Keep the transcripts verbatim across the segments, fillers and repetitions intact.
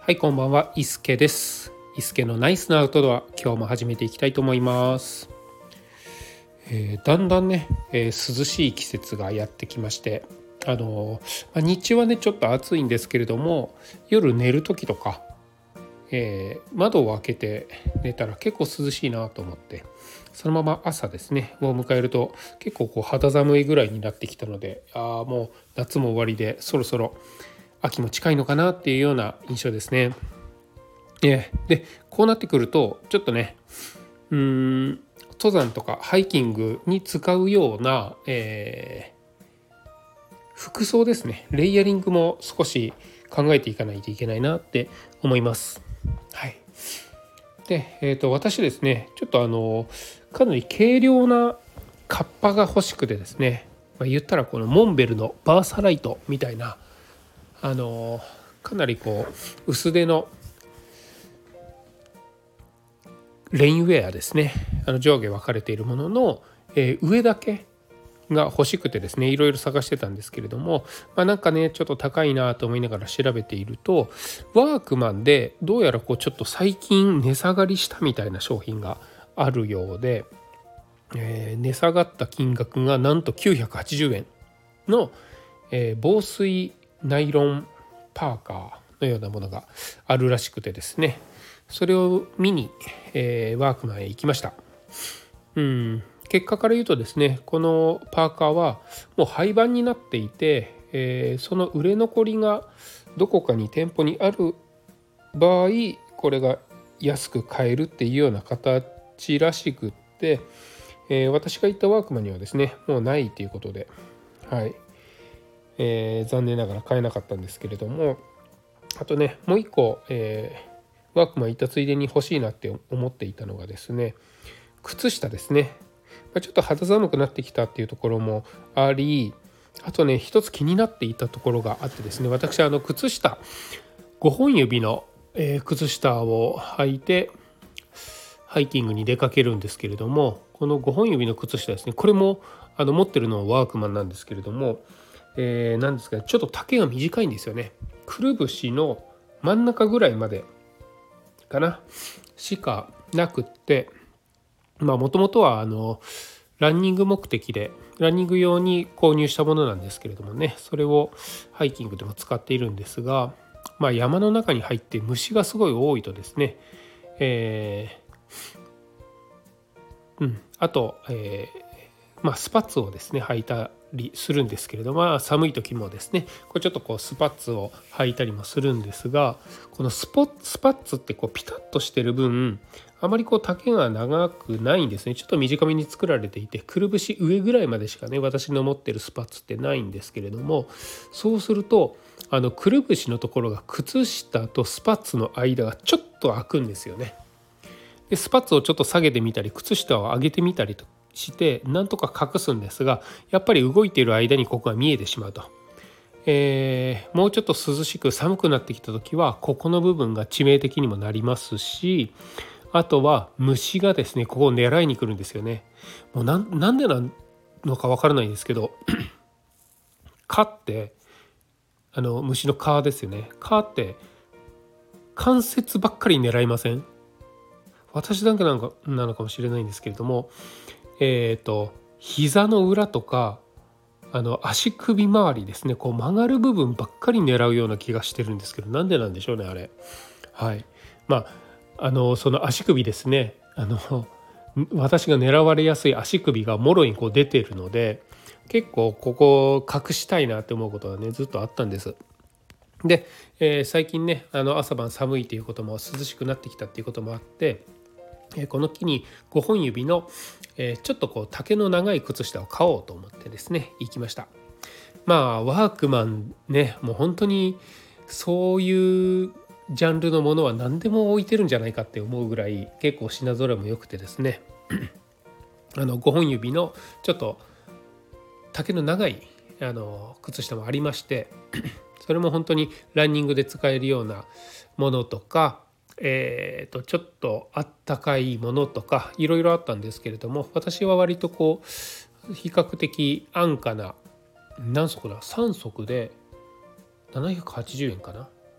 はい、こんばんは、伊助です。伊助のナイスなアウトドア、今日も始めていきたいと思います。えー、だんだんね、えー涼しい季節がやってきまして、あのーまあ、日中はねちょっと暑いんですけれども、夜寝る時とか、えー窓を開けて寝たら結構涼しいなと思って、そのまま朝ですねを迎えると結構こう肌寒いぐらいになってきたので、ああもう夏も終わりでそろそろ秋も近いのかなっていうような印象ですね。えーでこうなってくるとちょっとね、うーん登山とかハイキングに使うような、えー服装ですね、レイヤリングも少し考えていかないといけないなって思います。はい。で、えーと私ですね、ちょっとあのかなり軽量なカッパが欲しくてですね、まあ、言ったらこのモンベルのバーサライトみたいな、あのかなりこう薄手のレインウェアですね、あの上下分かれているものの、えー上だけが欲しくてですね、いろいろ探してたんですけれども、まあ、なんかねちょっと高いなと思いながら調べていると、ワークマンでどうやらこうちょっと最近値下がりしたみたいな商品があるようで、えー値下がった金額がなんときゅうひゃくはちじゅうえんの、えー防水ナイロンパーカーのようなものがあるらしくてですね、それを見に、えーワークマンへ行きました。うん結果から言うとですね、このパーカーはもう廃盤になっていて、えーその売れ残りがどこかに店舗にある場合、これが安く買えるっていうような形らしくって、えー私が行ったワークマンにはですねもうないということで、はい、えー残念ながら買えなかったんですけれども、あとねもう一個、えーワークマン行ったついでに欲しいなって思っていたのがですね、靴下ですね。ちょっと肌寒くなってきたっていうところもあり、あとね一つ気になっていたところがあってですね、私あの靴下ごほん指の、えー靴下を履いてハイキングに出かけるんですけれども、このごほん指の靴下ですね、これもあの持ってるのはワークマンなんですけれども、えー、なんですかね、ちょっと丈が短いんですよね。くるぶしの真ん中ぐらいまでかなしかなくって、まあもともとはあのランニング目的でランニング用に購入したものなんですけれどもね、それをハイキングでも使っているんですが、まあ、山の中に入って虫がすごい多いとですね、えーうん、あと、えーまあ、スパッツをですね履いたりするんですけれども、まあ、寒い時もですねこれちょっとこうスパッツを履いたりもするんですが、このスポスパッツってこうピタッとしてる分あまりこう丈が長くないんですね。ちょっと短めに作られていて、くるぶし上ぐらいまでしかね私の持ってるスパッツってないんですけれども、そうするとあのくるぶしのところが靴下とスパッツの間がちょっと開くんですよね。でスパッツをちょっと下げてみたり靴下を上げてみたりとしてなんとか隠すんですが、やっぱり動いている間にここが見えてしまうと。えーもうちょっと涼しく寒くなってきた時はここの部分が致命的にもなりますし、あとは虫がですねここを狙いに来るんですよね。もうな ん, なんでなのかわからないんですけど、蚊ってあの虫の蚊ですよね。蚊って関節ばっかり狙いません？私だけなんかなのかもしれないんですけれども、えっ、と膝の裏とかあの足首周りですね、こう曲がる部分ばっかり狙うような気がしてるんですけど、なんでなんでしょうねあれ。はい。まああのその足首ですね、あの私が狙われやすい足首がもろにこう出ているので、結構ここを隠したいなって思うことはねずっとあったんです。で、えー最近ねあの朝晩寒いということも涼しくなってきたっていうこともあって、えーこの機にごほん指の、えーちょっとこう丈の長い靴下を買おうと思ってですね行きました。まあワークマンね、もう本当にそういうジャンルのものは何でも置いてるんじゃないかって思うぐらい結構品揃えも良くてですね、あのごほん指のちょっと丈の長いあの靴下もありまして、それも本当にランニングで使えるようなものとか、えー、とちょっとあったかいものとかいろいろあったんですけれども、私は割とこう比較的安価な、何足ださん足でななひゃくはちじゅうえんかな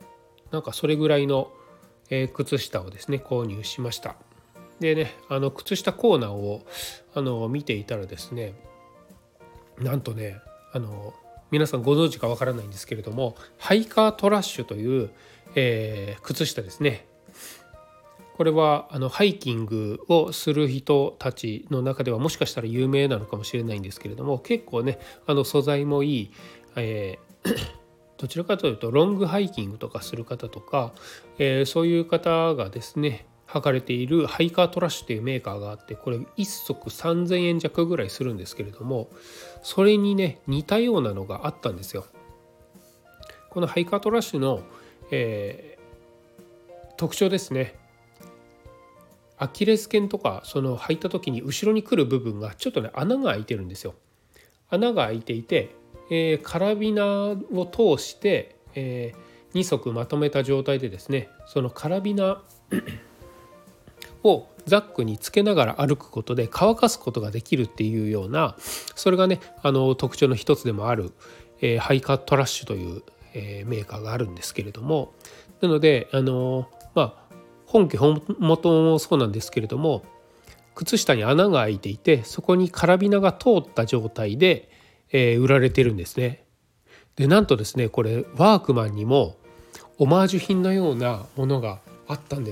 なんかそれぐらいの、えー、靴下をですね購入しました。でね、あの靴下コーナーをあの見ていたらですね、なんとね、あの皆さんご存知かわからないんですけれども、ハイカートラッシュという、えー、靴下ですね。これはあのハイキングをする人たちの中ではもしかしたら有名なのかもしれないんですけれども、結構ねあの素材もいい、えー、どちらかというとロングハイキングとかする方とか、えー、そういう方がですね履かれているハイカートラッシュというメーカーがあって、これいっ足さんぜんえん弱ぐらいするんですけれども、それにね似たようなのがあったんですよ。このハイカートラッシュの、えー、特徴ですね。アキレス腱とかその履いた時に後ろに来る部分がちょっとね穴が開いてるんですよ。穴が開いていて、えー、カラビナを通して、えー、に足まとめた状態でですね、そのカラビナをザックにつけながら歩くことで乾かすことができるっていうような、それがねあの特徴の一つでもある、えー、ハイカートラッシュという、えー、メーカーがあるんですけれども、なのであのまあ本家本元もそうなんですけれども、靴下に穴が開いていてそこにカラビナが通った状態で、えー、売られてるんですね。でなんとですね、これワークマンにもオマージュ品のようなものがあったんです。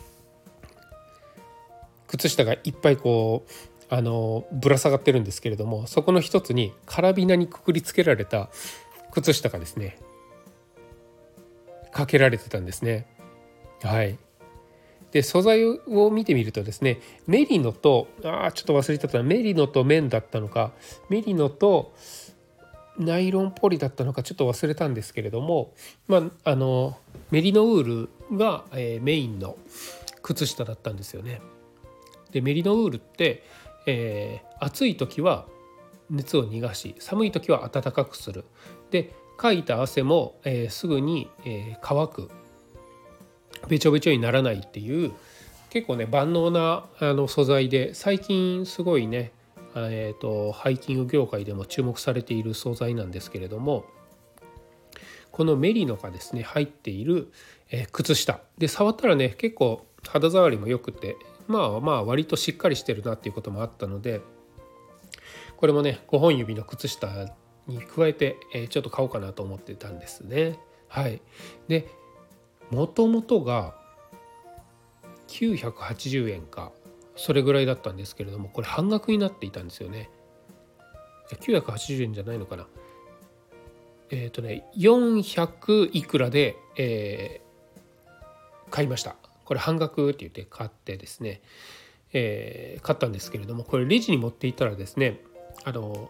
靴下がいっぱいこうあのぶら下がってるんですけれども、そこの一つにカラビナにくくりつけられた靴下がですねかけられてたんですね。はい。で素材を見てみるとですね、メリノとあちょっと忘れてたな、メリノと綿だったのかメリノとナイロンポリだったのかちょっと忘れたんですけれども、まあ、あのメリノウールが、えー、メインの靴下だったんですよね。でメリノウールって、えー、暑い時は熱を逃がし寒い時は暖かくする。でかいた汗も、えー、すぐに、えー、乾く、べちょべちょにならないっていう結構ね万能なあの素材で、最近すごいね、えーと、ハイキング業界でも注目されている素材なんですけれども、このメリノがですね入っている、えー、靴下で触ったらね結構肌触りもよくて、まあまあ割としっかりしてるなっていうこともあったので、これもねごほん指の靴下に加えて、えー、ちょっと買おうかなと思ってたんですね。はい。でもともとがきゅうひゃくはちじゅうえんかそれぐらいだったんですけれども、これ半額になっていたんですよね。きゅうひゃくはちじゅうえんじゃないのかな。えっ、ー、とねよんひゃくいくらで、えー、買いました。これ半額って言って買ってですね、えー、買ったんですけれども、これレジに持っていったらですね、あの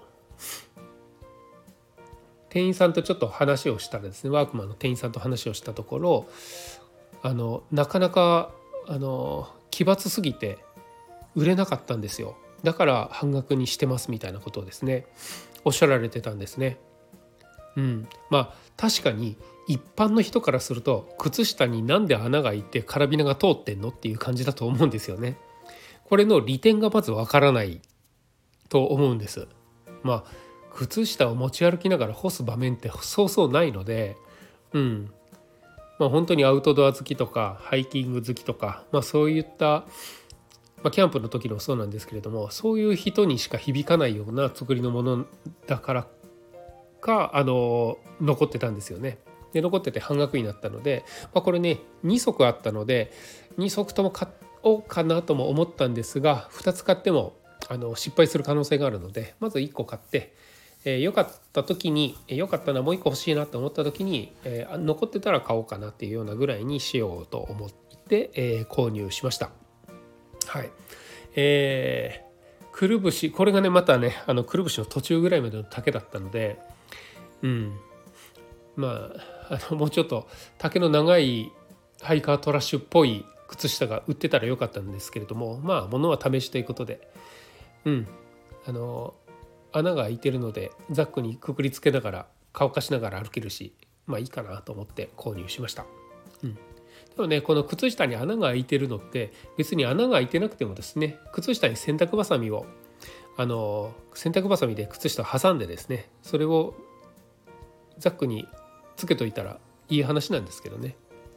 店員さんとちょっと話をしたらですね、ワークマンの店員さんと話をしたところ、あのなかなかあの奇抜すぎて売れなかったんですよ。だから半額にしてますみたいなことをですねおっしゃられてたんですね。うん、まあ確かに一般の人からすると靴下になんで穴が開いてカラビナが通ってんのっていう感じだと思うんですよね。これの利点がまずわからないと思うんです。まあ靴下を持ち歩きながら干す場面ってそうそうないので、うん、まあ本当にアウトドア好きとかハイキング好きとか、まあ、そういった、まあ、キャンプの時もそうなんですけれども、そういう人にしか響かないような作りのものだからかあの残ってたんですよね。で残ってて半額になったので、まあ、これねに足あったのでに足とも買おうかなとも思ったんですが、ふたつ買ってもあの失敗する可能性があるので、まずいっこ買って、えー、よかった時によかったなもういっこ欲しいなと思った時に、えー、残ってたら買おうかなっていうようなぐらいにしようと思って、えー、購入しました。はい。えー、くるぶし、これがねまたねあのくるぶしの途中ぐらいまでの丈だったので、うん、まあ、あのもうちょっと丈の長いハイカートラッシュっぽい靴下が売ってたらよかったんですけれども、まあ物は試しということで、うんあの穴が開いてるのでザックにくくりつけながら乾かしながら歩けるし、まあいいかなと思って購入しました。うん、でもねこの靴下に穴が開いてるのって別に穴が開いてなくてもですね、靴下に洗濯バサミをあの洗濯バサミで靴下を挟んでですね、それをザックにつけといたらいい話なんですけどね。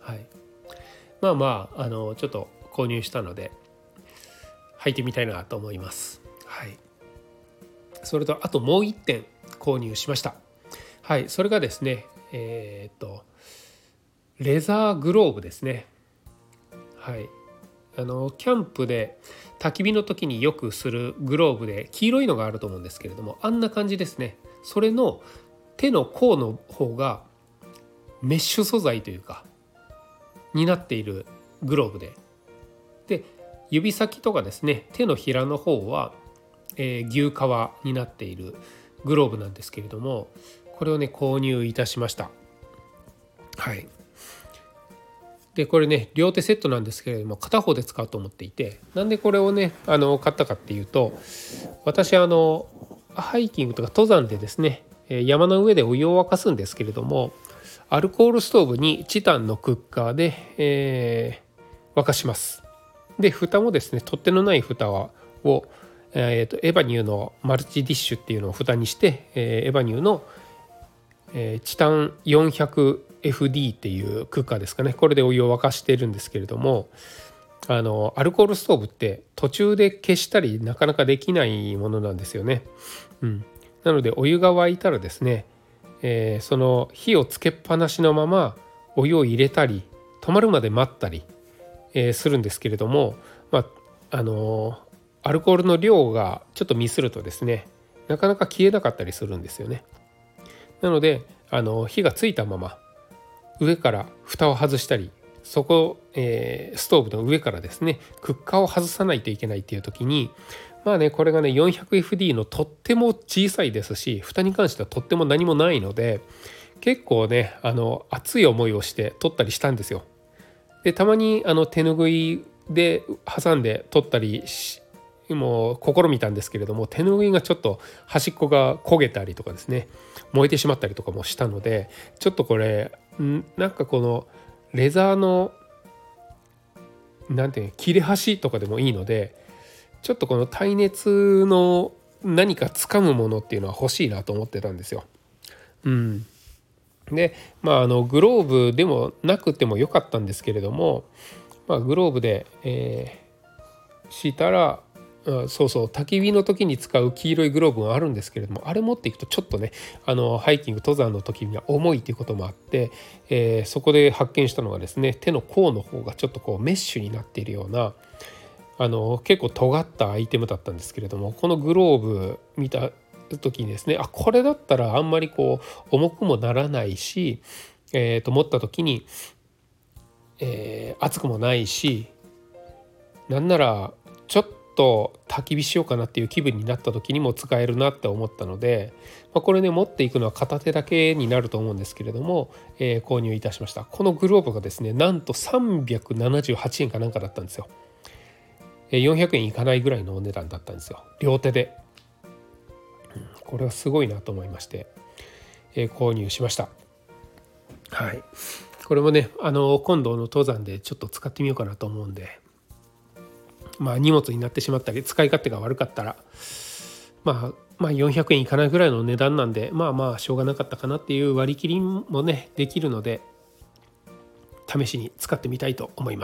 はい、まあまあ、あのちょっと購入したので履いてみたいなと思います。はい、それとあともういってん購入しました。はい、それがですね、えー、っとレザーグローブですね。はい、あのキャンプで焚き火の時によくするグローブで黄色いのがあると思うんですけれども、あんな感じですね。それの手の甲の方がメッシュ素材というかになっているグローブで、で指先とかですね、手のひらの方は、えー、牛革になっているグローブなんですけれども、これをね購入いたしました。はい、でこれね両手セットなんですけれども、片方で使うと思っていて、なんでこれをねあの買ったかっていうと、私あのハイキングとか登山でですね、山の上でお湯を沸かすんですけれども、アルコールストーブにチタンのクッカーで、えー、沸かします。で蓋もですね、取っ手のない蓋を、えー、とエバニューのマルチディッシュっていうのを蓋にして、えー、エバニューの、えー、チタン よんひゃくエフディー っていうクッカーですかね、これでお湯を沸かしているんですけれども、あのアルコールストーブって途中で消したりなかなかできないものなんですよね。うん、なのでお湯が沸いたらですね、えー、その火をつけっぱなしのままお湯を入れたり止まるまで待ったり、えー、するんですけれども、まああのー、アルコールの量がちょっとミスるとですね、なかなか消えなかったりするんですよね。なのであの火がついたまま上から蓋を外したり、そこ、えー、ストーブの上からですねクッカーを外さないといけないっていう時に、まあねこれがね よんひゃくエフディー のとっても小さいですし、蓋に関してはとっても何もないので、結構ねあの熱い思いをして取ったりしたんですよ。でたまにあの手ぬぐいで挟んで取ったりしもう試みたんですけれども、手ぬぐいがちょっと端っこが焦げたりとかですね、燃えてしまったりとかもしたので、ちょっとこれなんかこのレザーのなんていう切れ端とかでもいいので、ちょっとこの耐熱の何か掴むものっていうのは欲しいなと思ってたんですよ。うん、でまああのグローブでもなくてもよかったんですけれども、まあ、グローブで、えー、したらあそうそう焚き火の時に使う黄色いグローブがあるんですけれども、あれ持っていくとちょっとねあのハイキング登山の時には重いということもあって、えー、そこで発見したのがですね、手の甲の方がちょっとこうメッシュになっているようなあの結構尖ったアイテムだったんですけれども、このグローブ見た時にですね、あこれだったらあんまりこう重くもならないし、えー、と持った時に、えー、熱くもないし、なんならちょっと焚き火しようかなっていう気分になった時にも使えるなって思ったので、まあ、これね持っていくのは片手だけになると思うんですけれども、えー、購入いたしました。このグローブがですねなんとさんびゃくななじゅうはちえんかなんかだったんですよ。よんひゃくえんいかないぐらいのお値段だったんですよ、両手で。うん、これはすごいなと思いまして、えー、購入しました。はい、これもねあの今度の登山でちょっと使ってみようかなと思うんで、まあ荷物になってしまったり使い勝手が悪かったら、まあまあよんひゃくえんいかないぐらいの値段なんで、まあまあしょうがなかったかなっていう割り切りもねできるので、試しに使ってみたいと思います。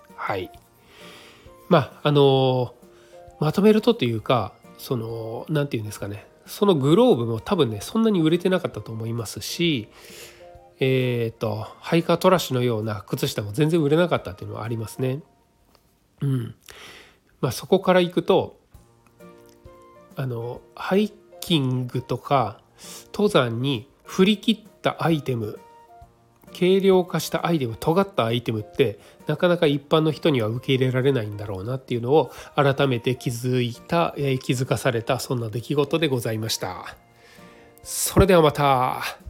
はい。まああのまとめるとというか、その何て言うんですかね、そのグローブも多分ねそんなに売れてなかったと思いますし、えっとハイカートラッシュのような靴下も全然売れなかったっていうのはありますね。うん。まあそこからいくと、あのハイキングとか登山に振り切ったアイテム、軽量化したアイテム、尖ったアイテムってなかなか一般の人には受け入れられないんだろうなっていうのを改めて気づいた、えー、気づかされたそんな出来事でございました。それではまた。